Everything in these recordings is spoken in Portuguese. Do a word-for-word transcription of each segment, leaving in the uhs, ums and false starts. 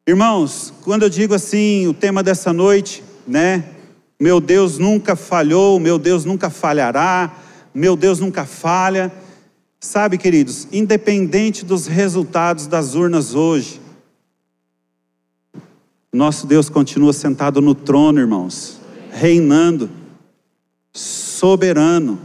Irmãos, quando eu digo assim, o tema dessa noite, né? Meu Deus nunca falhou, meu Deus nunca falhará, meu Deus nunca falha. Sabe, queridos, independente dos resultados das urnas hoje, nosso Deus continua sentado no trono, irmãos, reinando, soberano,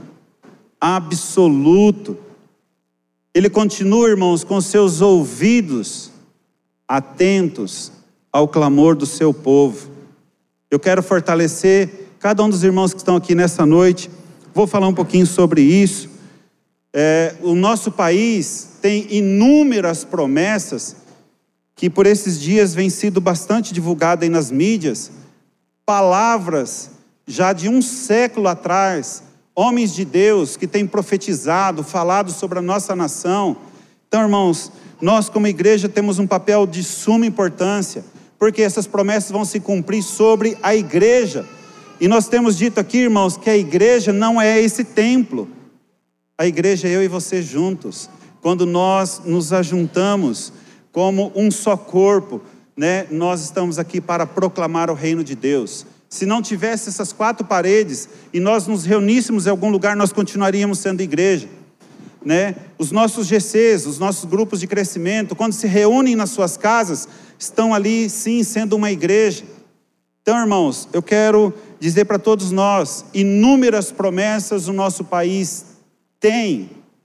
absoluto. Ele continua, irmãos, com seus ouvidos atentos ao clamor do seu povo. Eu quero fortalecer cada um dos irmãos que estão aqui nessa noite. Vou falar um pouquinho sobre isso. É, o nosso país tem inúmeras promessas que por esses dias vem sido bastante divulgada aí nas mídias. Palavras já de um século atrás, homens de Deus que têm profetizado, falado sobre a nossa nação. Então, irmãos, nós como igreja temos um papel de suma importância, porque essas promessas vão se cumprir sobre a igreja. E nós temos dito aqui, irmãos, que a igreja não é esse templo. A igreja é eu e você juntos. Quando nós nos ajuntamos como um só corpo, né, nós estamos aqui para proclamar o reino de Deus. Se não tivesse essas quatro paredes e nós nos reuníssemos em algum lugar, nós continuaríamos sendo igreja. Né? Os nossos G Cs, os nossos grupos de crescimento, quando se reúnem nas suas casas, estão ali sim sendo uma igreja. Então, irmãos, eu quero dizer para todos nós, inúmeras promessas o nosso país tem,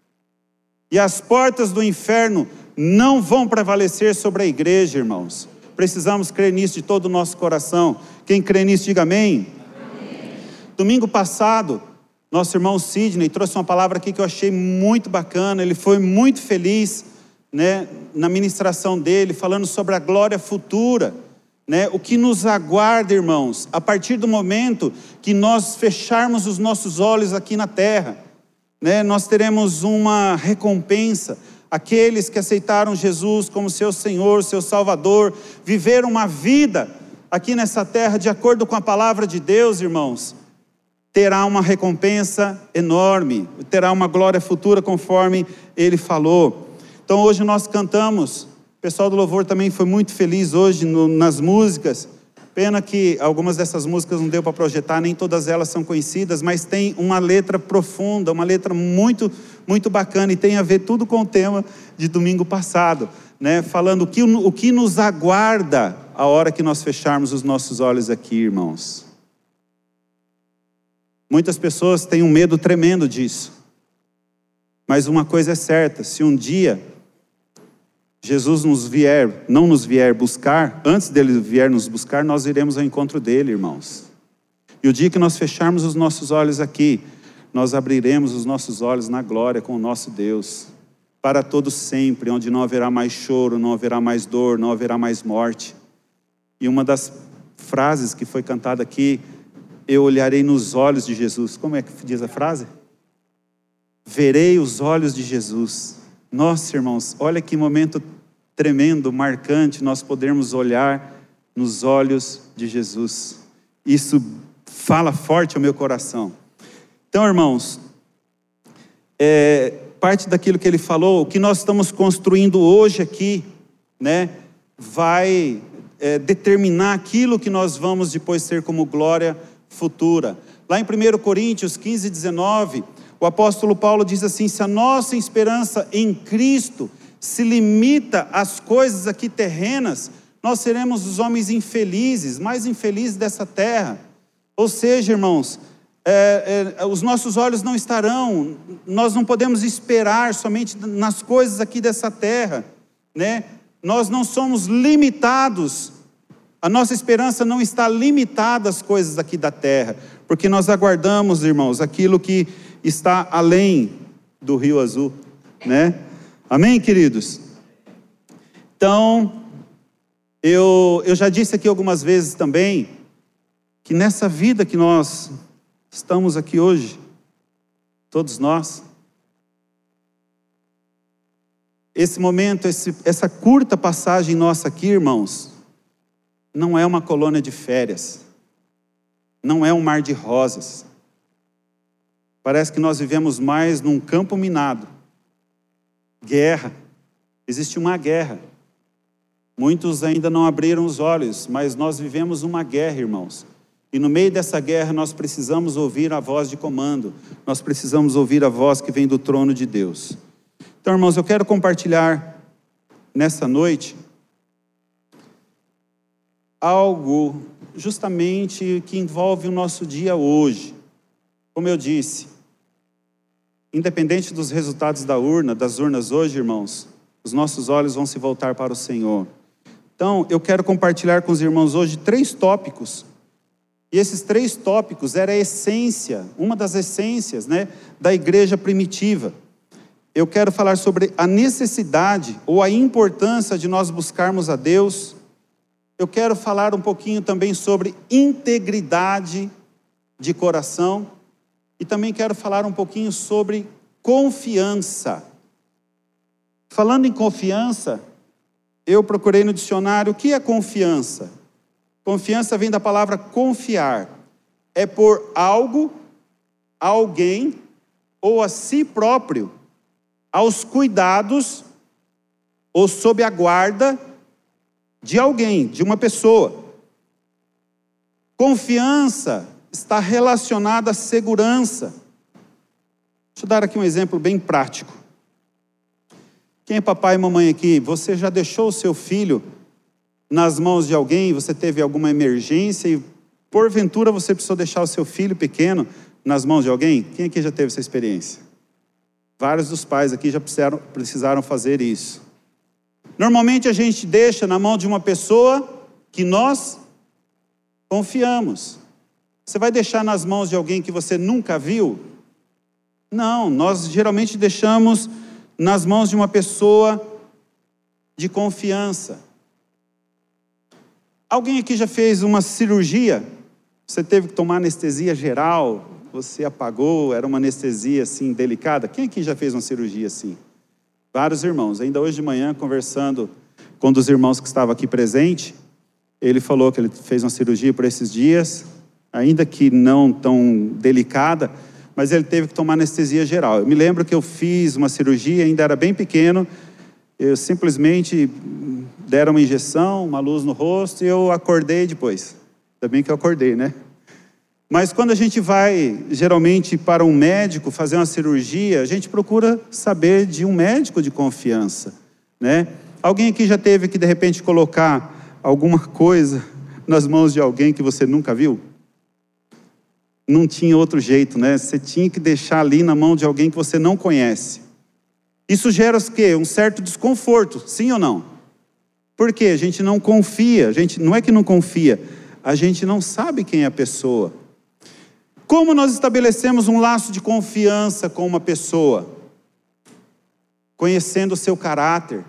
e as portas do inferno não vão prevalecer sobre a igreja, irmãos. Precisamos crer nisso de todo o nosso coração. Quem crê nisso, diga amém. Amém. Domingo passado, nosso irmão Sidney trouxe uma palavra aqui que eu achei muito bacana. Ele foi muito feliz, né, na ministração dele, falando sobre a glória futura, né, o que nos aguarda, irmãos, a partir do momento que nós fecharmos os nossos olhos aqui na terra, né, nós teremos uma recompensa. Aqueles que aceitaram Jesus como seu Senhor, seu Salvador, viveram uma vida aqui nessa terra de acordo com a palavra de Deus, irmãos, terá uma recompensa enorme, terá uma glória futura conforme Ele falou. Então hoje nós cantamos, o pessoal do louvor também foi muito feliz hoje no, nas músicas. Pena que algumas dessas músicas não deu para projetar, nem todas elas são conhecidas, mas tem uma letra profunda, uma letra muito, muito bacana, e tem a ver tudo com o tema de domingo passado, né? Falando o que, o que nos aguarda a hora que nós fecharmos os nossos olhos aqui, irmãos. Muitas pessoas têm um medo tremendo disso, mas uma coisa é certa: se um dia Jesus nos vier, não nos vier buscar, antes dele vier nos buscar, nós iremos ao encontro dele, irmãos. E o dia que nós fecharmos os nossos olhos aqui, nós abriremos os nossos olhos na glória com o nosso Deus, para todo sempre, onde não haverá mais choro, não haverá mais dor, não haverá mais morte. E uma das frases que foi cantada aqui: eu olharei nos olhos de Jesus. Como é que diz a frase? Verei os olhos de Jesus. Nossa, irmãos, olha que momento tremendo, marcante, nós podermos olhar nos olhos de Jesus. Isso fala forte ao meu coração. Então, irmãos, é, parte daquilo que ele falou, o que nós estamos construindo hoje aqui, né, vai é, determinar aquilo que nós vamos depois ter como glória futura. Lá em primeiro Coríntios quinze, dezenove, o apóstolo Paulo diz assim: se a nossa esperança em Cristo se limita às coisas aqui terrenas, nós seremos os homens infelizes, mais infelizes dessa terra. Ou seja, irmãos, é, é, os nossos olhos não estarão, nós não podemos esperar somente nas coisas aqui dessa terra, né? Nós não somos limitados, a nossa esperança não está limitada às coisas aqui da terra, porque nós aguardamos, irmãos, aquilo que está além do Rio Azul, né? Amém, queridos? Então, eu, eu já disse aqui algumas vezes também, que nessa vida que nós estamos aqui hoje, todos nós, esse momento, esse, essa curta passagem nossa aqui, irmãos, não é uma colônia de férias, não é um mar de rosas. Parece que nós vivemos mais num campo minado. Guerra, existe uma guerra. Muitos ainda não abriram os olhos, mas nós vivemos uma guerra, irmãos. E no meio dessa guerra nós precisamos ouvir a voz de comando. Nós precisamos ouvir a voz que vem do trono de Deus. Então, irmãos, eu quero compartilhar nessa noite algo justamente que envolve o nosso dia hoje. Como eu disse, independente dos resultados da urna, das urnas hoje, irmãos, os nossos olhos vão se voltar para o Senhor. Então, eu quero compartilhar com os irmãos hoje três tópicos. E esses três tópicos eram a essência, uma das essências, né, da igreja primitiva. Eu quero falar sobre a necessidade ou a importância de nós buscarmos a Deus. Eu quero falar um pouquinho também sobre integridade de coração. E também quero falar um pouquinho sobre confiança. Falando em confiança, eu procurei no dicionário o que é confiança. Confiança vem da palavra confiar. É por algo, a alguém ou a si próprio, aos cuidados ou sob a guarda de alguém, de uma pessoa. Confiança está relacionada à segurança. Deixa eu dar aqui um exemplo bem prático. Quem é papai e mamãe aqui, você já deixou o seu filho nas mãos de alguém, você teve alguma emergência e porventura você precisou deixar o seu filho pequeno nas mãos de alguém? Quem aqui já teve essa experiência? Vários dos pais aqui já precisaram, precisaram fazer isso. Normalmente a gente deixa na mão de uma pessoa que nós confiamos. Você vai deixar nas mãos de alguém que você nunca viu? Não, nós geralmente deixamos nas mãos de uma pessoa de confiança. Alguém aqui já fez uma cirurgia? Você teve que tomar anestesia geral, você apagou, era uma anestesia assim delicada? Quem aqui já fez uma cirurgia assim? Vários irmãos. Ainda hoje de manhã, conversando com um dos irmãos que estava aqui presente, ele falou que ele fez uma cirurgia por esses dias, ainda que não tão delicada, mas ele teve que tomar anestesia geral. Eu me lembro que eu fiz uma cirurgia, ainda era bem pequeno, eu simplesmente deram uma injeção, uma luz no rosto e eu acordei depois. Ainda bem que eu acordei, né? Mas quando a gente vai, geralmente, para um médico fazer uma cirurgia, a gente procura saber de um médico de confiança, né? Alguém aqui já teve que, de repente, colocar alguma coisa nas mãos de alguém que você nunca viu? Não tinha outro jeito, né? Você tinha que deixar ali na mão de alguém que você não conhece. Isso gera o quê? Um certo desconforto, sim ou não? Por quê? A gente não confia, a gente não é que não confia, a gente não sabe quem é a pessoa. Como nós estabelecemos um laço de confiança com uma pessoa? Conhecendo o seu caráter,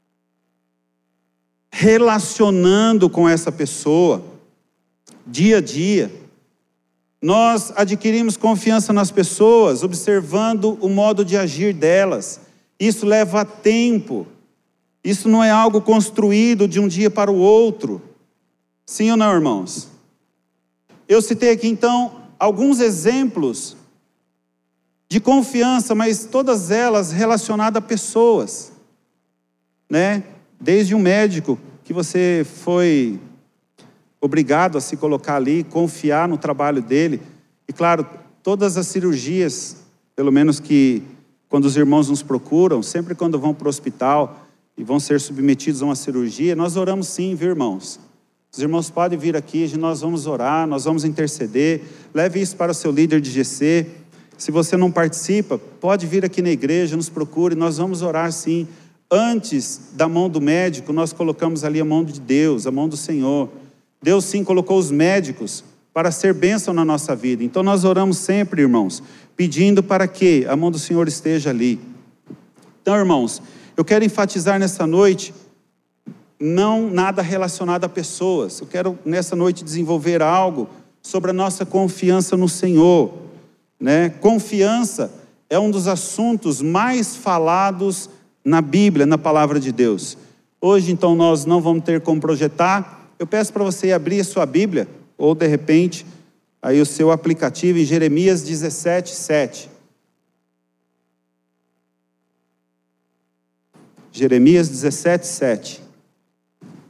relacionando com essa pessoa, dia a dia. Nós adquirimos confiança nas pessoas, observando o modo de agir delas. Isso leva tempo. Isso não é algo construído de um dia para o outro. Sim ou não, irmãos? Eu citei aqui, então, alguns exemplos de confiança, mas todas elas relacionadas a pessoas, né? Desde um médico que você foi obrigado a se colocar ali, confiar no trabalho dele. E claro, todas as cirurgias, pelo menos que quando os irmãos nos procuram, sempre quando vão para o hospital e vão ser submetidos a uma cirurgia, nós oramos sim, viu, irmãos? Os irmãos podem vir aqui, nós vamos orar, nós vamos interceder. Leve isso para o seu líder de G C. Se você não participa, pode vir aqui na igreja, nos procure, nós vamos orar sim. Antes da mão do médico, nós colocamos ali a mão de Deus, a mão do Senhor. Deus sim colocou os médicos para ser bênção na nossa vida. Então nós oramos sempre, irmãos, pedindo para que a mão do Senhor esteja ali. Então, irmãos, eu quero enfatizar nessa noite, não nada relacionado a pessoas. Eu quero nessa noite desenvolver algo sobre a nossa confiança no Senhor, né? Confiança é um dos assuntos mais falados na Bíblia, na palavra de Deus. Hoje, então, nós não vamos ter como projetar. Eu peço para você abrir a sua Bíblia, ou de repente, aí o seu aplicativo em Jeremias dezessete, sete. Jeremias dezessete, sete.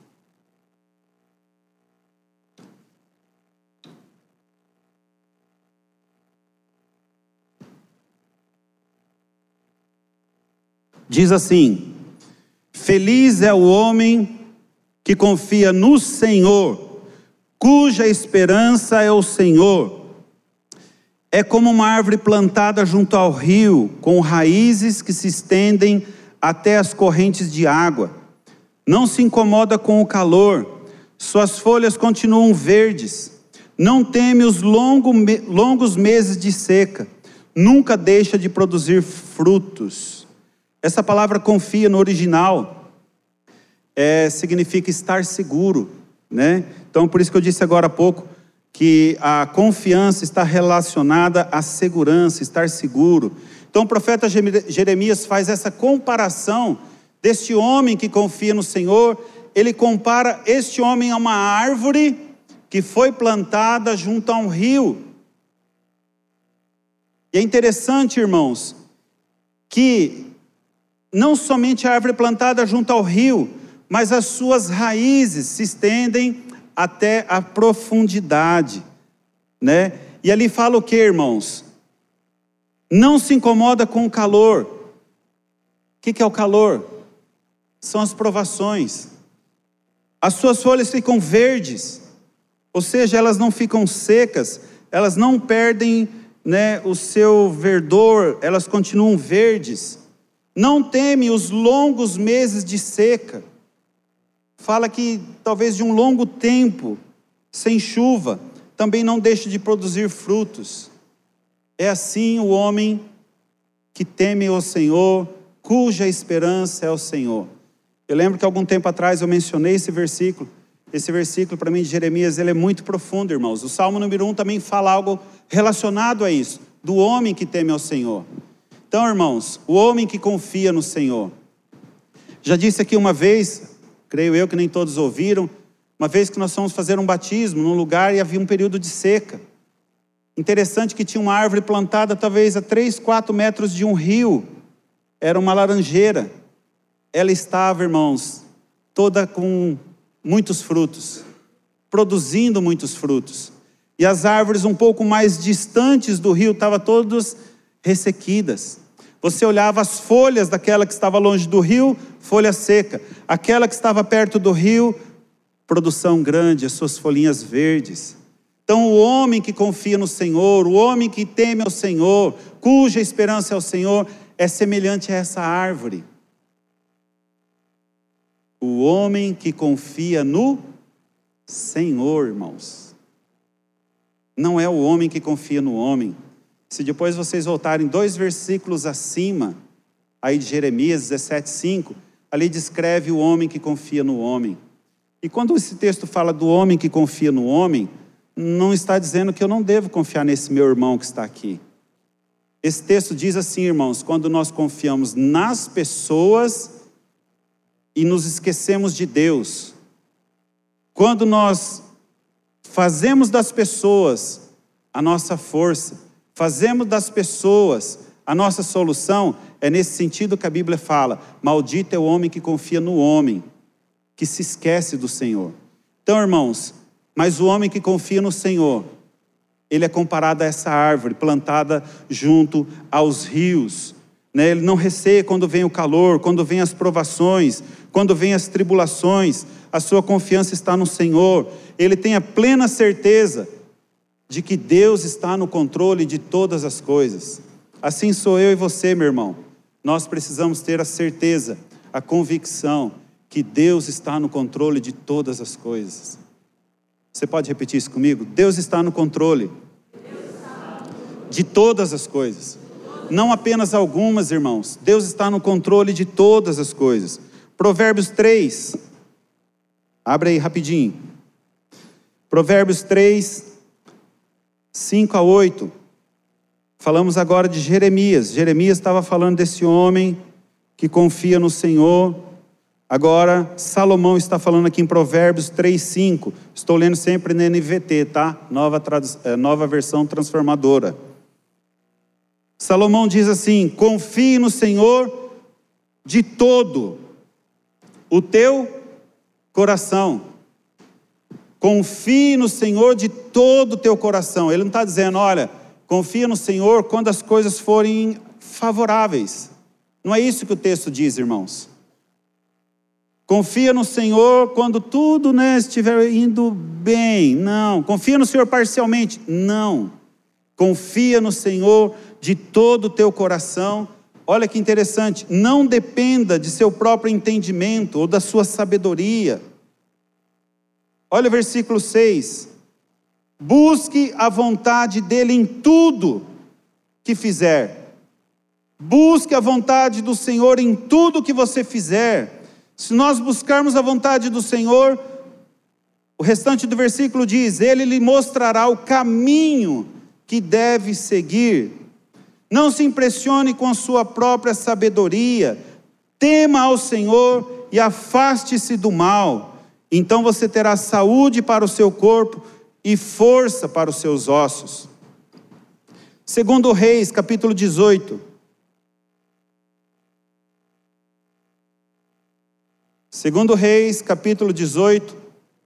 Diz assim: feliz é o homem que confia no Senhor, cuja esperança é o Senhor. É como uma árvore plantada junto ao rio, com raízes que se estendem até as correntes de água. Não se incomoda com o calor, suas folhas continuam verdes. Não teme os longo, longos meses de seca, nunca deixa de produzir frutos. Essa palavra confia no original é, significa estar seguro, né? Então por isso que eu disse agora há pouco que a confiança está relacionada à segurança, estar seguro. Então o profeta Jeremias faz essa comparação deste homem que confia no Senhor. Ele compara este homem a uma árvore que foi plantada junto a um rio. E é interessante, irmãos, que não somente a árvore plantada junto ao rio, mas as suas raízes se estendem até a profundidade, né? E ali fala o que, irmãos? Não se incomoda com o calor. O que, que é o calor? São as provações. As suas folhas ficam verdes, ou seja, elas não ficam secas, elas não perdem, né, o seu verdor, elas continuam verdes. Não teme os longos meses de seca. Fala que talvez de um longo tempo sem chuva, também não deixe de produzir frutos. É assim o homem que teme o Senhor, cuja esperança é o Senhor. Eu lembro que algum tempo atrás eu mencionei esse versículo. Esse versículo para mim de Jeremias, ele é muito profundo, irmãos. O Salmo número um também fala algo relacionado a isso, do homem que teme ao Senhor. Então, irmãos, o homem que confia no Senhor. Já disse aqui uma vez, creio eu que nem todos ouviram, uma vez que nós fomos fazer um batismo num lugar e havia um período de seca. Interessante que tinha uma árvore plantada talvez a três, quatro metros de um rio. Era uma laranjeira. Ela estava, irmãos, toda com muitos frutos, produzindo muitos frutos. E as árvores um pouco mais distantes do rio estavam todas ressequidas. Você olhava as folhas daquela que estava longe do rio, folha seca. Aquela que estava perto do rio, produção grande, as suas folhinhas verdes. Então o homem que confia no Senhor, o homem que teme ao Senhor, cuja esperança é o Senhor, é semelhante a essa árvore. O homem que confia no Senhor, irmãos. Não é o homem que confia no homem. Se depois vocês voltarem dois versículos acima, aí de Jeremias dezessete, cinco, ali descreve o homem que confia no homem. E quando esse texto fala do homem que confia no homem, não está dizendo que eu não devo confiar nesse meu irmão que está aqui. Esse texto diz assim, irmãos, quando nós confiamos nas pessoas e nos esquecemos de Deus, quando nós fazemos das pessoas a nossa força, fazemos das pessoas a nossa solução, é nesse sentido que a Bíblia fala, maldito é o homem que confia no homem, que se esquece do Senhor. Então, irmãos, mas o homem que confia no Senhor, ele é comparado a essa árvore plantada junto aos rios, né? Ele não receia quando vem o calor, quando vem as provações, quando vem as tribulações, a sua confiança está no Senhor. Ele tem a plena certeza de que Deus está no controle de todas as coisas. Assim sou eu e você, meu irmão. Nós precisamos ter a certeza, a convicção que Deus está no controle de todas as coisas. Você pode repetir isso comigo? Deus está no controle de todas as coisas. Não apenas algumas, irmãos. Deus está no controle de todas as coisas. Provérbios três. Abre aí rapidinho. Provérbios três, cinco a oito. Falamos agora de Jeremias. Jeremias estava falando desse homem que confia no Senhor. Agora, Salomão está falando aqui em Provérbios três, cinco. Estou lendo sempre na N V T, tá? Nova, tradu- nova versão transformadora. Salomão diz assim: confie no Senhor de todo o teu coração. Confie no Senhor de todo o teu coração. Ele não está dizendo, olha, confia no Senhor quando as coisas forem favoráveis. Não é isso que o texto diz, irmãos. Confia no Senhor quando tudo, né, estiver indo bem. Não. Confia no Senhor parcialmente. Não. Confia no Senhor de todo o teu coração. Olha que interessante. Não dependa de seu próprio entendimento ou da sua sabedoria. Olha o versículo seis. Busque a vontade dele em tudo que fizer. Busque a vontade do Senhor em tudo que você fizer. Se nós buscarmos a vontade do Senhor, o restante do versículo diz, Ele lhe mostrará o caminho que deve seguir. Não se impressione com a sua própria sabedoria. Tema ao Senhor e afaste-se do mal. Então você terá saúde para o seu corpo e força para os seus ossos. Segundo Reis, capítulo dezoito. Segundo Reis, capítulo dezoito,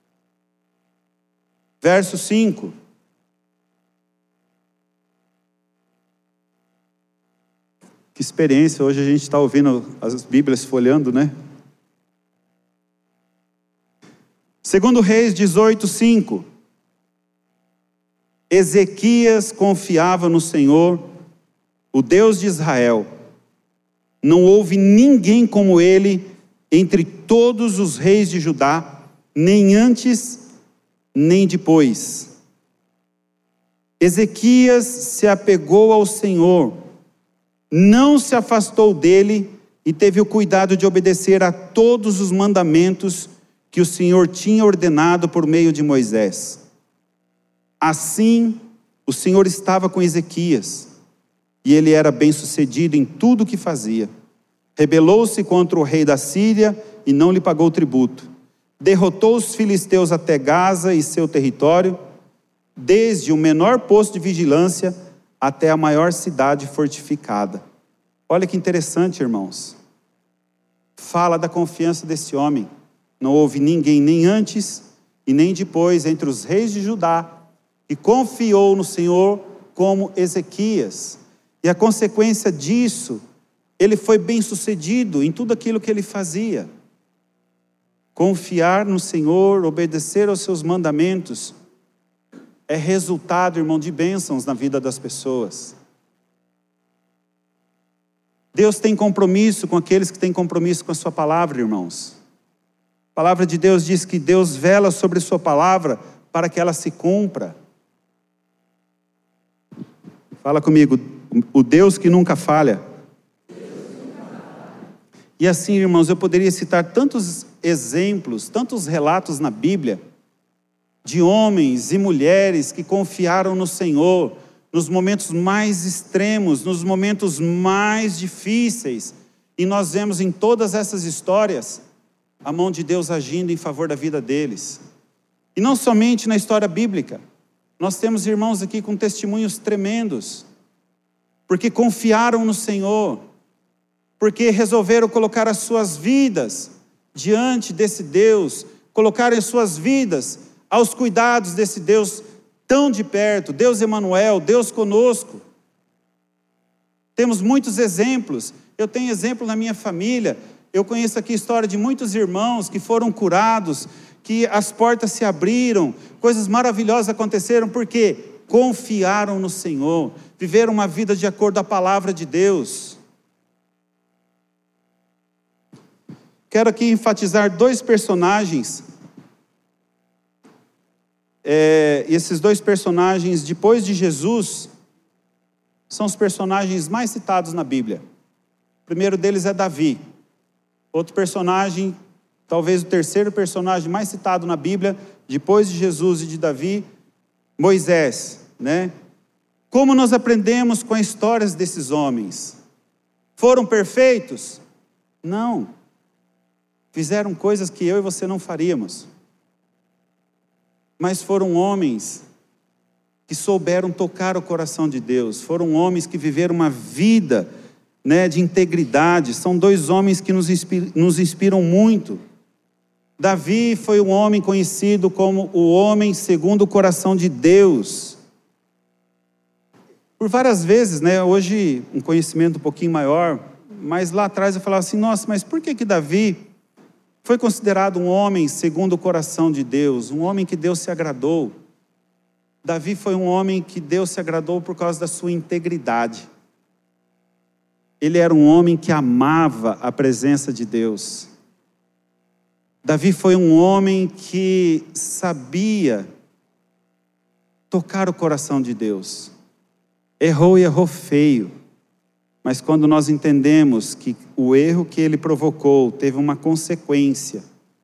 verso cinco. Que experiência, hoje a gente está ouvindo as Bíblias folhando, né? Segundo Reis dezoito, cinco. Ezequias confiava no Senhor, o Deus de Israel. Não houve ninguém como ele entre todos os reis de Judá, nem antes, nem depois. Ezequias se apegou ao Senhor, não se afastou dele e teve o cuidado de obedecer a todos os mandamentos que o Senhor tinha ordenado por meio de Moisés. Assim, o Senhor estava com Ezequias, e ele era bem-sucedido em tudo o que fazia. Rebelou-se contra o rei da Síria e não lhe pagou tributo. Derrotou os filisteus até Gaza e seu território, desde o menor posto de vigilância até a maior cidade fortificada. Olha que interessante, irmãos. Fala da confiança desse homem. Não houve ninguém nem antes e nem depois entre os reis de Judá que confiou no Senhor como Ezequias. E a consequência disso, ele foi bem sucedido em tudo aquilo que ele fazia. Confiar no Senhor, obedecer aos seus mandamentos, é resultado, irmão, de bênçãos na vida das pessoas. Deus tem compromisso com aqueles que têm compromisso com a sua palavra, irmãos. A palavra de Deus diz que Deus vela sobre sua palavra para que ela se cumpra. Fala comigo, o Deus que nunca falha. E assim, irmãos, eu poderia citar tantos exemplos, tantos relatos na Bíblia, de homens e mulheres que confiaram no Senhor, nos momentos mais extremos, nos momentos mais difíceis, e nós vemos em todas essas histórias, a mão de Deus agindo em favor da vida deles. E não somente na história bíblica, nós temos irmãos aqui com testemunhos tremendos, porque confiaram no Senhor, porque resolveram colocar as suas vidas diante desse Deus, colocaram as suas vidas aos cuidados desse Deus tão de perto, Deus Emanuel, Deus conosco. Temos muitos exemplos, eu tenho exemplo na minha família, eu conheço aqui a história de muitos irmãos que foram curados, que as portas se abriram, coisas maravilhosas aconteceram, porque confiaram no Senhor, viveram uma vida de acordo com a palavra de Deus. Quero aqui enfatizar dois personagens, é, esses dois personagens, depois de Jesus, são os personagens mais citados na Bíblia. O primeiro deles é Davi. Outro personagem, talvez o terceiro personagem mais citado na Bíblia, depois de Jesus e de Davi, Moisés, né? Como nós aprendemos com as histórias desses homens? Foram perfeitos? Não. Fizeram coisas que eu e você não faríamos. Mas foram homens que souberam tocar o coração de Deus. Foram homens que viveram uma vida, né, de integridade. São dois homens que nos inspiram, nos inspiram muito. Davi foi um homem conhecido como o homem segundo o coração de Deus. Por várias vezes, né, hoje um conhecimento um pouquinho maior, mas lá atrás eu falava assim, nossa, mas por que que Davi foi considerado um homem segundo o coração de Deus, um homem que Deus se agradou? Davi foi um homem que Deus se agradou por causa da sua integridade. Ele era um homem que amava a presença de Deus. Davi foi um homem que sabia tocar o coração de Deus. Errou e errou feio. Mas quando nós entendemos que o erro que ele provocou teve uma consequência,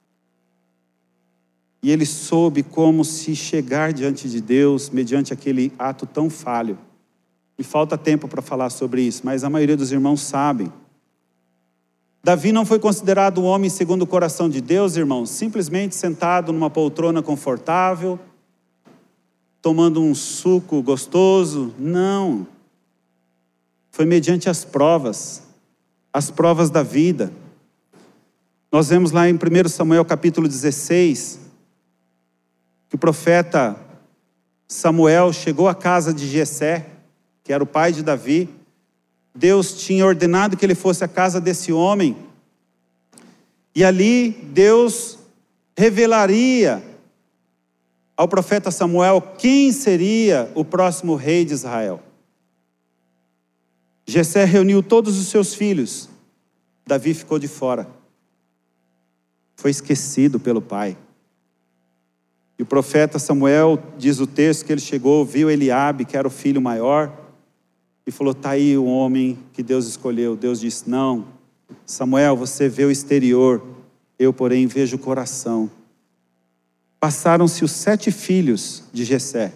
e ele soube como se chegar diante de Deus mediante aquele ato tão falho. E falta tempo para falar sobre isso, mas a maioria dos irmãos sabem. Davi não foi considerado um homem segundo o coração de Deus, irmãos, simplesmente sentado numa poltrona confortável, tomando um suco gostoso. Não. Foi mediante as provas, as provas da vida. Nós vemos lá em primeiro Samuel capítulo dezesseis, que o profeta Samuel chegou à casa de Jessé, que era o pai de Davi. Deus tinha ordenado que ele fosse à casa desse homem, e ali Deus revelaria ao profeta Samuel quem seria o próximo rei de Israel. Jessé reuniu todos os seus filhos, Davi ficou de fora, foi esquecido pelo pai. E o profeta Samuel, diz o texto, que ele chegou, viu Eliabe, que era o filho maior, e falou, está aí o homem que Deus escolheu. Deus disse, não, Samuel, você vê o exterior, eu porém vejo o coração. Passaram-se os sete filhos de Jessé.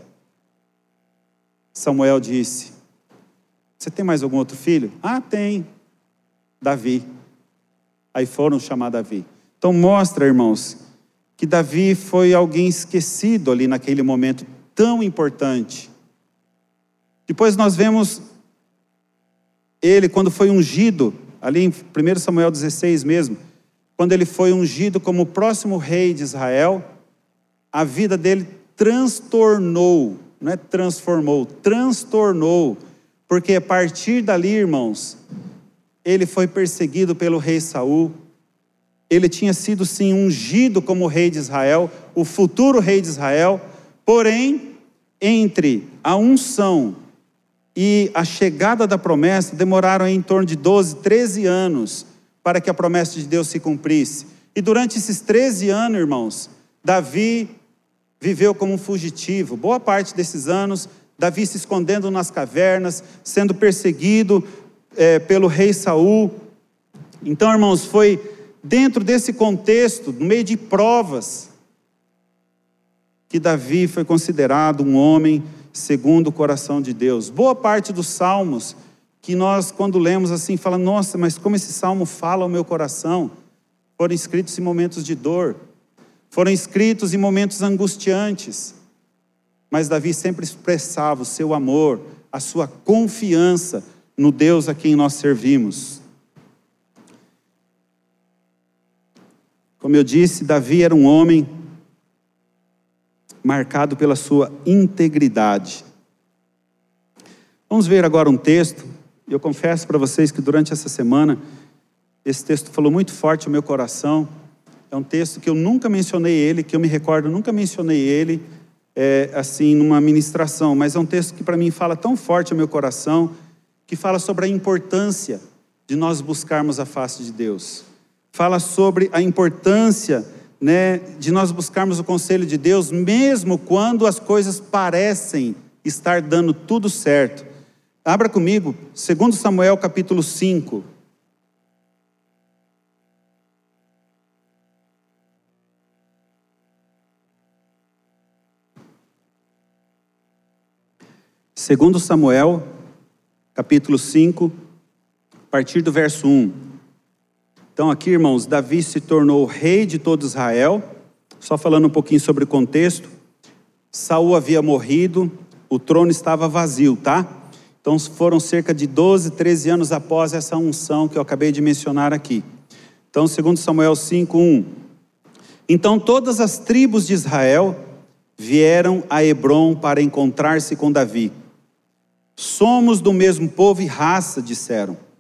Samuel disse, você tem mais algum outro filho? Ah, tem, Davi. Aí foram chamar Davi. Então mostra, irmãos, que Davi foi alguém esquecido ali naquele momento tão importante. Depois nós vemos ele quando foi ungido, ali em primeiro Samuel dezesseis mesmo, quando ele foi ungido como o próximo rei de Israel, a vida dele transtornou, não é transformou, transtornou, porque a partir dali, irmãos, ele foi perseguido pelo rei Saul. Ele tinha sido sim ungido como rei de Israel, o futuro rei de Israel, porém, entre a unção e a chegada da promessa, demoraram em torno de doze, treze anos, para que a promessa de Deus se cumprisse. E durante esses treze anos, irmãos, Davi viveu como um fugitivo. Boa parte desses anos, Davi se escondendo nas cavernas, sendo perseguido é, pelo rei Saul. Então, irmãos, foi dentro desse contexto, no meio de provas, que Davi foi considerado um homem segundo o coração de Deus. Boa parte dos salmos, que nós quando lemos assim, fala, nossa, mas como esse salmo fala ao meu coração, foram escritos em momentos de dor, foram escritos em momentos angustiantes, mas Davi sempre expressava o seu amor, a sua confiança no Deus a quem nós servimos. Como eu disse, Davi era um homem marcado pela sua integridade. Vamos ver agora um texto. Eu confesso para vocês que durante essa semana, esse texto falou muito forte ao meu coração. É um texto que eu nunca mencionei ele, que eu me recordo, nunca mencionei ele, é, assim, numa ministração, mas é um texto que para mim fala tão forte ao meu coração, que fala sobre a importância de nós buscarmos a face de Deus. Fala sobre a importância, né, de nós buscarmos o conselho de Deus, mesmo quando as coisas parecem estar dando tudo certo. Abra comigo, segundo Samuel capítulo cinco. Segundo Samuel, capítulo cinco, a partir do verso um. Então aqui, irmãos, Davi se tornou rei de todo Israel. Só falando um pouquinho sobre o contexto. Saul havia morrido, o trono estava vazio, tá? Então foram cerca de doze, treze anos após essa unção que eu acabei de mencionar aqui. Então, segundo Samuel cinco, um. Então todas as tribos de Israel vieram a Hebrom para encontrar-se com Davi. Somos do mesmo povo e raça, disseram.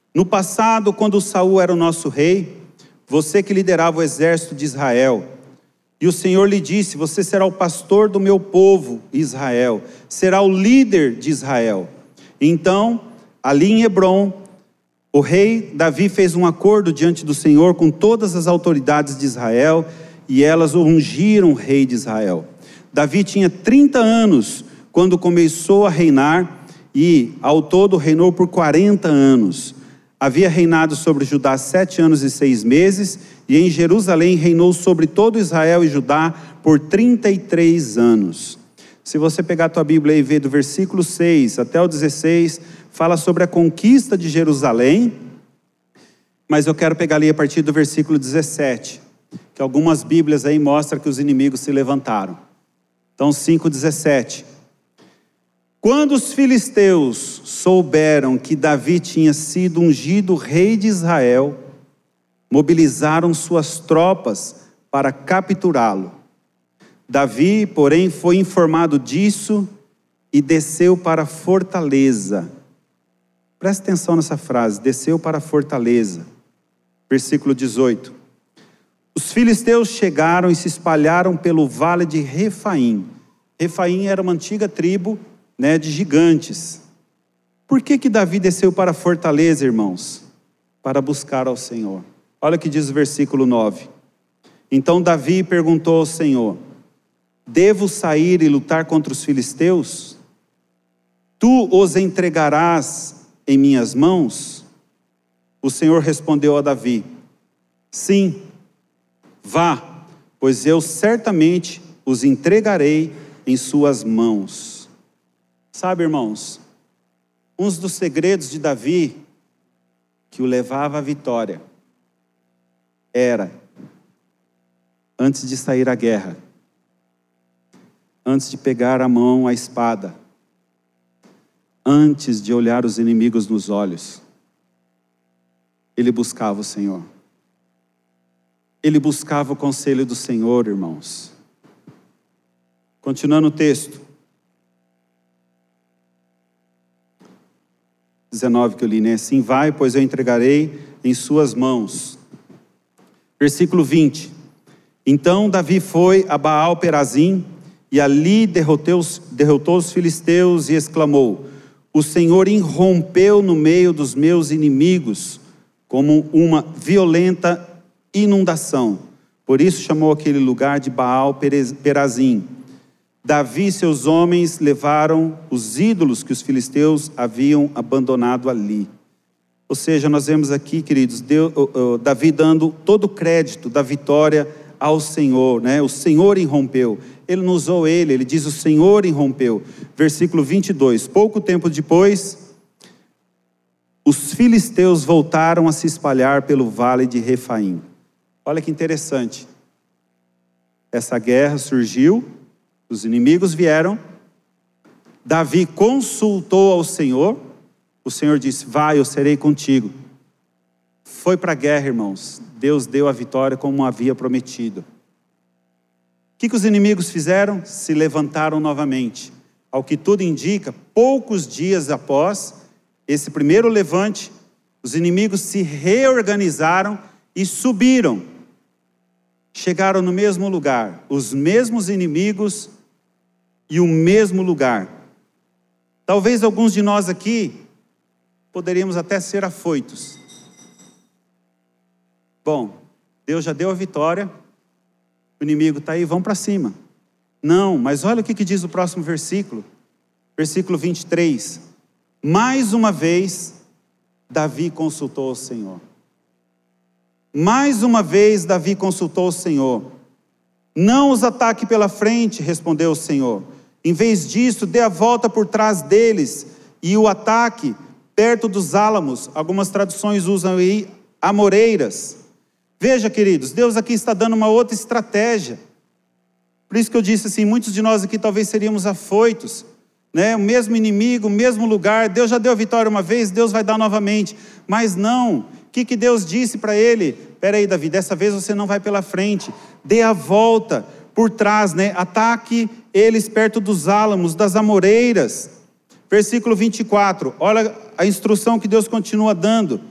No passado, quando Saul era o nosso rei, você que liderava o exército de Israel, e o Senhor lhe disse: você será o pastor do meu povo Israel, será o líder de Israel. Então, ali em Hebrom, o rei Davi fez um acordo diante do Senhor com todas as autoridades de Israel, e elas o ungiram rei de Israel. Davi tinha trinta anos quando começou a reinar, e ao todo reinou por quarenta anos. Havia reinado sobre Judá sete anos e seis meses, e em Jerusalém reinou sobre todo Israel e Judá por trinta e três anos. Se você pegar a tua Bíblia e ver do versículo seis até o dezesseis, fala sobre a conquista de Jerusalém, mas eu quero pegar ali a partir do versículo dezessete, que algumas Bíblias aí mostram que os inimigos se levantaram. Então cinco, dezessete. Quando os filisteus souberam que Davi tinha sido ungido rei de Israel, mobilizaram suas tropas para capturá-lo. Davi, porém, foi informado disso e desceu para a fortaleza. Presta atenção nessa frase, desceu para a fortaleza. Versículo dezoito. Os filisteus chegaram e se espalharam pelo vale de Refaim. Refaim era uma antiga tribo, né, de gigantes. Por que que Davi desceu para a fortaleza, irmãos? Para buscar ao Senhor. Olha o que diz o versículo nove. Então Davi perguntou ao Senhor: devo sair e lutar contra os filisteus? Tu os entregarás em minhas mãos? O Senhor respondeu a Davi: sim, vá, pois eu certamente os entregarei em suas mãos. Sabe, irmãos, um dos segredos de Davi que o levava à vitória era, antes de sair à guerra, antes de pegar a mão a espada, antes de olhar os inimigos nos olhos, ele buscava o Senhor. Ele buscava o conselho do Senhor, irmãos. Continuando o texto. dezenove que eu li, né? Assim vai, pois eu entregarei em suas mãos. Versículo vinte. Então Davi foi a Baal-Perazim, e ali derrotou os, derrotou os filisteus e exclamou: o Senhor irrompeu no meio dos meus inimigos, como uma violenta inundação. Por isso chamou aquele lugar de Baal-Perazim. Davi e seus homens levaram os ídolos que os filisteus haviam abandonado ali. Ou seja, nós vemos aqui, queridos, Deus, uh, uh, Davi dando todo o crédito da vitória ao Senhor, né? O Senhor irrompeu. Ele não usou ele, ele diz: o Senhor irrompeu. Versículo vinte e dois. Pouco tempo depois, os filisteus voltaram a se espalhar pelo vale de Refaim. Olha que interessante. Essa guerra surgiu, os inimigos vieram, Davi consultou ao Senhor, o Senhor disse: vai, eu serei contigo. Foi para a guerra, irmãos. Deus deu a vitória como havia prometido. O que, que os inimigos fizeram? Se levantaram novamente. Ao que tudo indica, poucos dias após esse primeiro levante, os inimigos se reorganizaram e subiram. Chegaram no mesmo lugar, os mesmos inimigos e o mesmo lugar. Talvez alguns de nós aqui poderíamos até ser afoitos. Bom, Deus já deu a vitória, o inimigo está aí, vão para cima. Não, mas olha o que, que diz o próximo versículo. Versículo vinte e três. Mais uma vez, Davi consultou o Senhor. Mais uma vez, Davi consultou o Senhor. Não os ataque pela frente, respondeu o Senhor. Em vez disso, dê a volta por trás deles e o ataque perto dos álamos. Algumas traduções usam aí amoreiras. Veja, queridos, Deus aqui está dando uma outra estratégia. Por isso que eu disse assim, muitos de nós aqui talvez seríamos afoitos, né? O mesmo inimigo, o mesmo lugar. Deus já deu a vitória uma vez, Deus vai dar novamente. Mas não. O que, que Deus disse para ele? Espera aí, Davi, dessa vez você não vai pela frente. Dê a volta por trás, né? Ataque eles perto dos álamos, das amoreiras. Versículo vinte e quatro. Olha a instrução que Deus continua dando.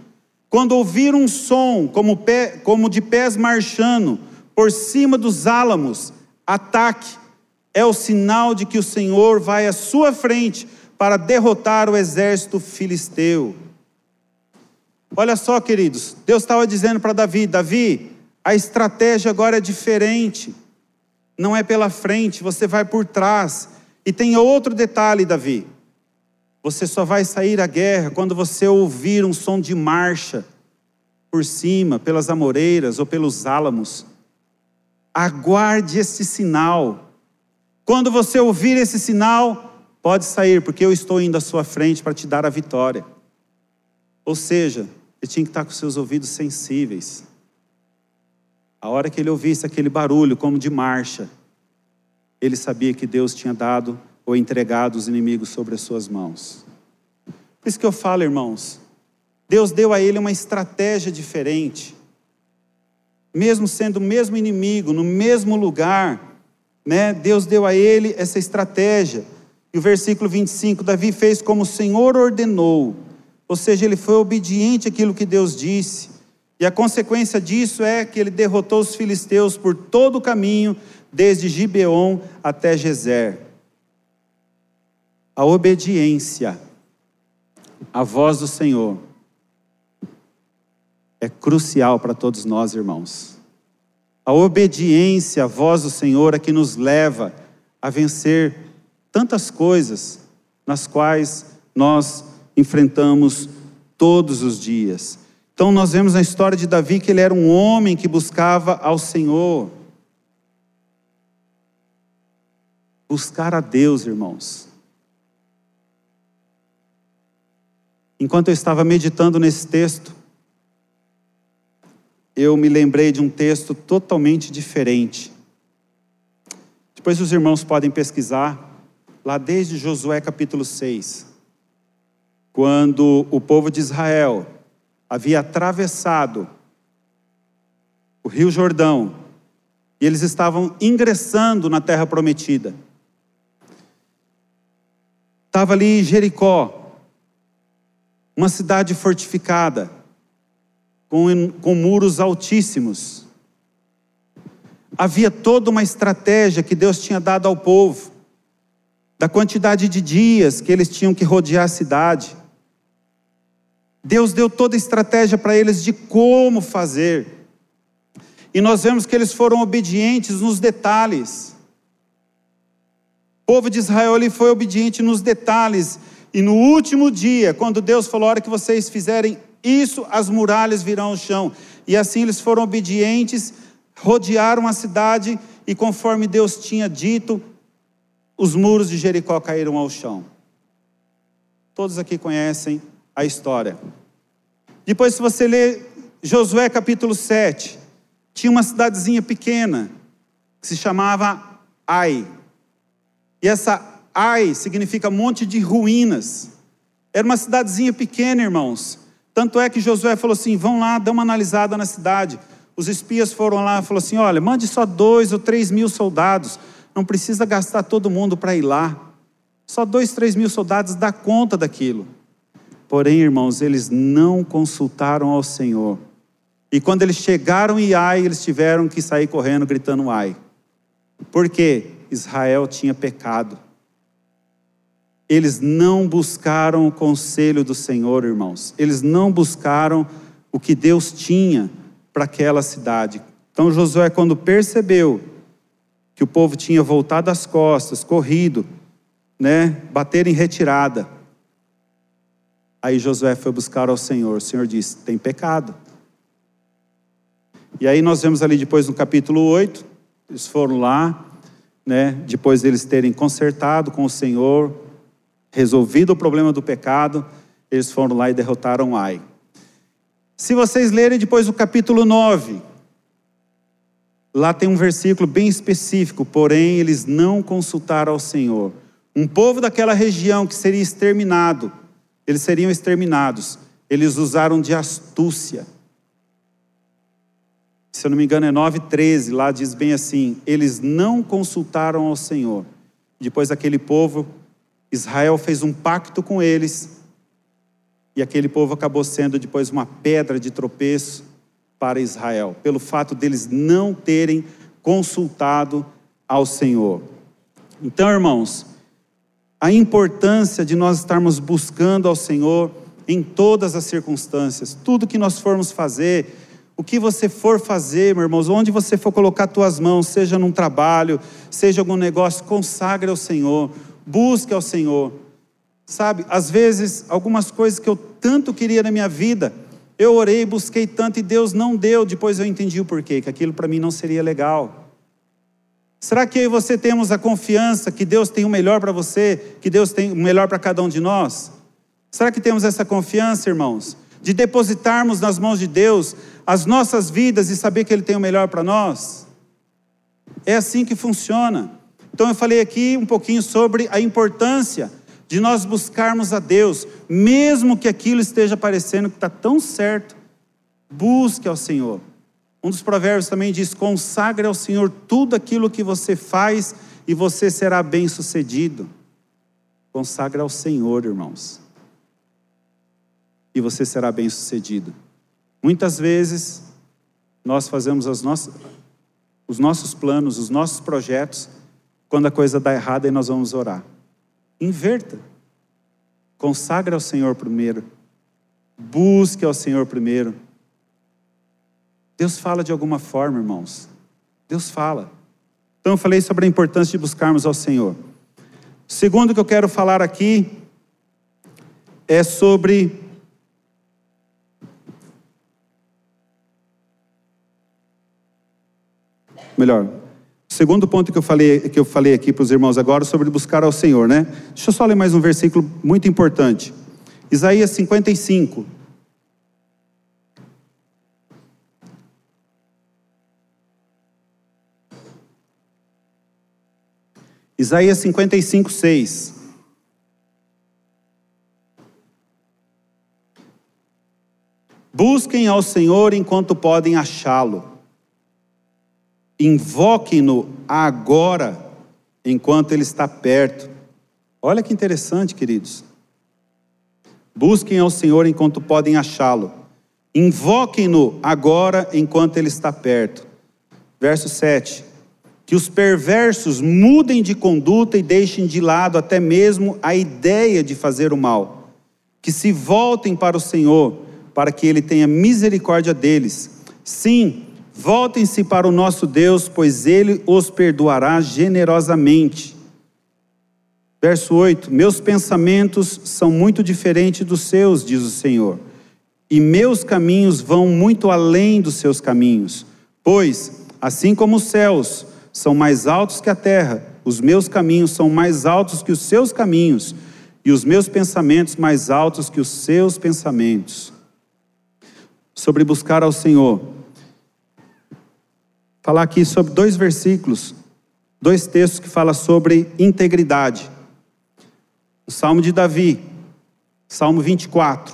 Quando ouvir um som como, pé, como de pés marchando por cima dos álamos, ataque. É o sinal de que o Senhor vai à sua frente para derrotar o exército filisteu. Olha só, queridos, Deus estava dizendo para Davi: Davi, a estratégia agora é diferente. Não é pela frente, você vai por trás. E tem outro detalhe, Davi. Você só vai sair à guerra quando você ouvir um som de marcha por cima, pelas amoreiras ou pelos álamos. Aguarde esse sinal. Quando você ouvir esse sinal, pode sair, porque eu estou indo à sua frente para te dar a vitória. Ou seja, ele tinha que estar com seus ouvidos sensíveis. A hora que ele ouvisse aquele barulho como de marcha, ele sabia que Deus tinha dado ou entregado os inimigos sobre as suas mãos. Por isso que eu falo, irmãos, Deus deu a ele uma estratégia diferente. Mesmo sendo o mesmo inimigo, no mesmo lugar, né? Deus deu a ele essa estratégia. E o versículo vinte e cinco, Davi fez como o Senhor ordenou. Ou seja, ele foi obediente àquilo que Deus disse. E a consequência disso é que ele derrotou os filisteus por todo o caminho, desde Gibeon até Gezer. A obediência à voz do Senhor é crucial para todos nós, irmãos. A obediência à voz do Senhor é que nos leva a vencer tantas coisas nas quais nós enfrentamos todos os dias. Então nós vemos na história de Davi que ele era um homem que buscava ao Senhor. Buscar a Deus, irmãos. Enquanto eu estava meditando nesse texto, eu me lembrei de um texto totalmente diferente. Depois os irmãos podem pesquisar, lá desde Josué capítulo seis, quando o povo de Israel havia atravessado o rio Jordão, e eles estavam ingressando na terra prometida. Estava ali Jericó, uma cidade fortificada, com, com muros altíssimos. Havia toda uma estratégia que Deus tinha dado ao povo, da quantidade de dias que eles tinham que rodear a cidade. Deus deu toda a estratégia para eles de como fazer. E nós vemos que eles foram obedientes nos detalhes. O povo de Israel ele foi obediente nos detalhes. E no último dia, quando Deus falou: a hora que vocês fizerem isso, as muralhas virão ao chão. E assim eles foram obedientes, rodearam a cidade, e conforme Deus tinha dito, os muros de Jericó caíram ao chão. Todos aqui conhecem a história. Depois, se você ler Josué capítulo sete, tinha uma cidadezinha pequena, que se chamava Ai. E essa Ai significa monte de ruínas. Era uma cidadezinha pequena, irmãos. Tanto é que Josué falou assim: vão lá, dá uma analisada na cidade. Os espias foram lá e falaram assim: olha, mande só dois ou três mil soldados. Não precisa gastar todo mundo para ir lá. Só dois, três mil soldados dá conta daquilo. Porém, irmãos, eles não consultaram ao Senhor. E quando eles chegaram em Ai, eles tiveram que sair correndo, gritando ai. Por quê? Israel tinha pecado. Eles não buscaram o conselho do Senhor, irmãos. Eles não buscaram o que Deus tinha para aquela cidade. Então Josué, quando percebeu que o povo tinha voltado as costas, corrido, né, bater em retirada, aí Josué foi buscar ao Senhor. O Senhor disse: tem pecado. E aí nós vemos ali depois no capítulo oito, eles foram lá, né, depois deles terem consertado com o Senhor, resolvido o problema do pecado, eles foram lá e derrotaram Ai. Se vocês lerem depois o capítulo nove, lá tem um versículo bem específico: porém eles não consultaram ao Senhor. Um povo daquela região que seria exterminado, eles seriam exterminados, eles usaram de astúcia. Se eu não me engano é nove, treze, lá diz bem assim: eles não consultaram ao Senhor. Depois aquele povo, Israel fez um pacto com eles, E aquele povo acabou sendo depois uma pedra de tropeço para Israel, pelo fato deles não terem consultado ao Senhor. Então, irmãos, a importância de nós estarmos buscando ao Senhor em todas as circunstâncias, tudo que nós formos fazer, o que você for fazer, meus irmãos, onde você for colocar tuas mãos, seja num trabalho, seja algum negócio, consagre ao Senhor, busque ao Senhor. Sabe, às vezes, algumas coisas que eu tanto queria na minha vida, eu orei, busquei tanto e Deus não deu, depois eu entendi o porquê, que aquilo para mim não seria legal. Será que eu e você temos a confiança que Deus tem o melhor para você, que Deus tem o melhor para cada um de nós? Será que temos essa confiança, irmãos? De depositarmos nas mãos de Deus as nossas vidas e saber que Ele tem o melhor para nós? É assim que funciona. Então eu falei aqui um pouquinho sobre a importância de nós buscarmos a Deus, mesmo que aquilo esteja parecendo que está tão certo, busque ao Senhor. Um dos provérbios também diz, consagre ao Senhor tudo aquilo que você faz e você será bem sucedido. Consagre ao Senhor, irmãos, e você será bem sucedido. Muitas vezes, nós fazemos as nossas, os nossos planos, os nossos projetos, quando a coisa dá errada e nós vamos orar. Inverta. Consagre ao Senhor primeiro. Busque ao Senhor primeiro. Deus fala de alguma forma, irmãos. Deus fala. Então eu falei sobre a importância de buscarmos ao Senhor. O segundo que eu quero falar aqui é sobre melhor, o segundo ponto que eu falei, que eu falei aqui para os irmãos agora, sobre buscar ao Senhor, né? Deixa eu só ler mais um versículo muito importante. Isaías cinquenta e cinco. Isaías cinquenta e cinco, seis. Busquem ao Senhor enquanto podem achá-lo. Invoquem-no agora, enquanto Ele está perto. Olha que interessante, queridos. Busquem ao Senhor enquanto podem achá-lo. Invoquem-no agora, enquanto Ele está perto. Verso sete. Que os perversos mudem de conduta e deixem de lado até mesmo a ideia de fazer o mal. Que se voltem para o Senhor, para que Ele tenha misericórdia deles. Sim, voltem-se para o nosso Deus, pois Ele os perdoará generosamente. Verso oito. Meus pensamentos são muito diferentes dos seus, diz o Senhor, e meus caminhos vão muito além dos seus caminhos. Pois, assim como os céus são mais altos que a terra, os meus caminhos são mais altos que os seus caminhos, e os meus pensamentos mais altos que os seus pensamentos. Sobre buscar ao Senhor. Falar aqui sobre dois versículos, dois textos que falam sobre integridade. O Salmo de Davi, Salmo vinte e quatro.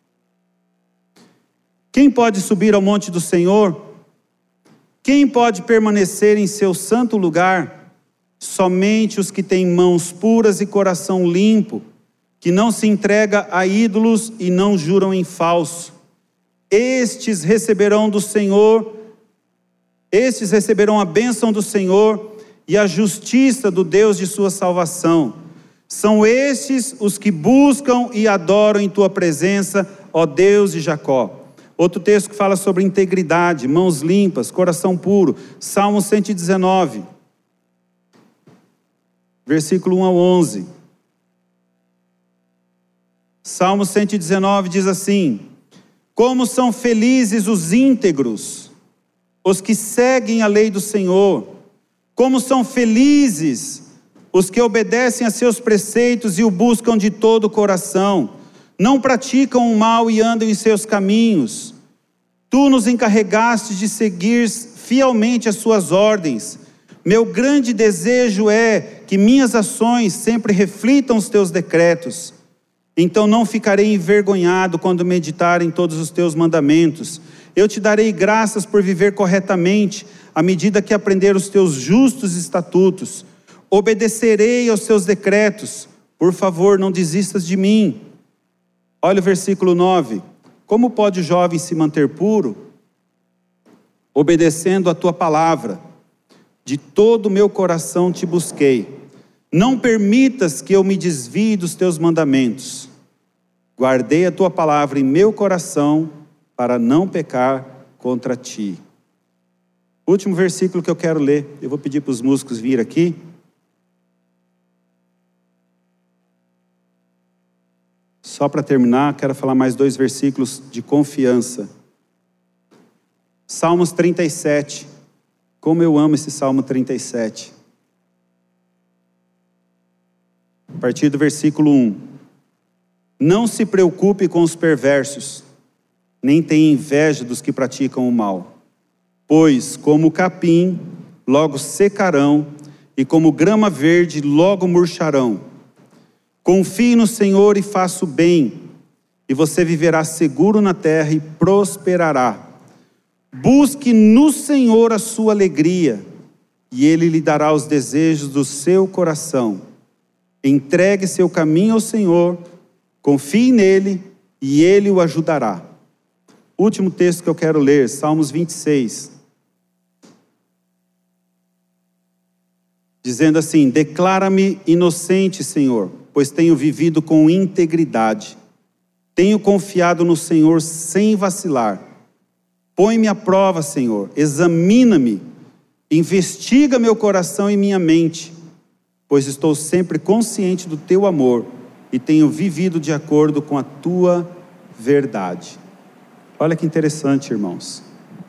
Quem pode subir ao monte do Senhor? Quem pode permanecer em seu santo lugar? Somente os que têm mãos puras e coração limpo, que não se entrega a ídolos e não juram em falso. Estes receberão do Senhor, estes receberão a bênção do Senhor e a justiça do Deus de sua salvação. São estes os que buscam e adoram em tua presença, ó Deus de Jacó. Outro texto que fala sobre integridade, mãos limpas, coração puro. Salmo cento e dezenove, versículo um ao onze. Salmo cento e dezenove diz assim: como são felizes os íntegros, os que seguem a lei do Senhor. Como são felizes os que obedecem a seus preceitos e o buscam de todo o coração. Não praticam o mal e andam em seus caminhos. Tu nos encarregaste de seguir fielmente as suas ordens. Meu grande desejo é que minhas ações sempre reflitam os teus decretos. Então não ficarei envergonhado quando meditar em todos os teus mandamentos. Eu te darei graças por viver corretamente, à medida que aprender os teus justos estatutos. Obedecerei aos teus decretos. Por favor, não desistas de mim. Olha o versículo nove. Como pode o jovem se manter puro? Obedecendo a tua palavra. De todo o meu coração te busquei. Não permitas que eu me desvie dos teus mandamentos. Guardei a tua palavra em meu coração para não pecar contra ti. Último versículo que eu quero ler. Eu vou pedir para os músicos vir aqui. Só para terminar, quero falar mais dois versículos de confiança. Salmos trinta e sete. Como eu amo esse Salmo trinta e sete. A partir do versículo um. Não se preocupe com os perversos, nem tenha inveja dos que praticam o mal. Pois, como o capim, logo secarão, e como grama verde, logo murcharão. Confie no Senhor e faça o bem, e você viverá seguro na terra e prosperará. Busque no Senhor a sua alegria, e Ele lhe dará os desejos do seu coração. Entregue seu caminho ao Senhor, confie nele, e Ele o ajudará. Último texto que eu quero ler, Salmos vinte e seis. Dizendo assim: declara-me inocente, Senhor, pois tenho vivido com integridade. Tenho confiado no Senhor sem vacilar. Põe-me à prova, Senhor, examina-me, investiga meu coração e minha mente, pois estou sempre consciente do teu amor e tenho vivido de acordo com a tua verdade. Olha que interessante, irmãos.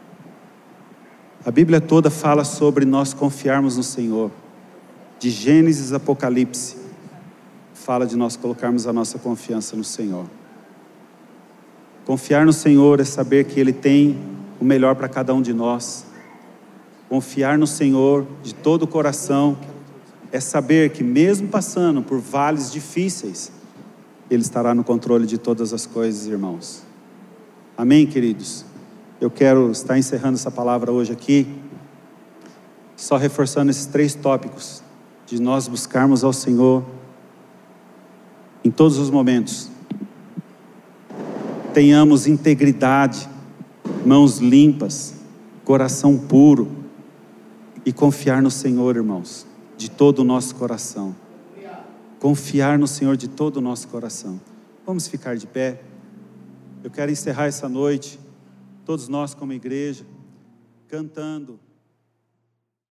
A Bíblia toda fala sobre nós confiarmos no Senhor. De Gênesis a Apocalipse, fala de nós colocarmos a nossa confiança no Senhor. Confiar no Senhor é saber que Ele tem o melhor para cada um de nós. Confiar no Senhor de todo o coração é saber que mesmo passando por vales difíceis, Ele estará no controle de todas as coisas, irmãos. Amém, queridos? Eu quero estar encerrando essa palavra hoje aqui, só reforçando esses três tópicos, de nós buscarmos ao Senhor em todos os momentos. Tenhamos integridade, mãos limpas, coração puro e confiar no Senhor, irmãos, de todo o nosso coração. Confiar no Senhor de todo o nosso coração. Vamos ficar de pé. Eu quero encerrar essa noite, todos nós como igreja, cantando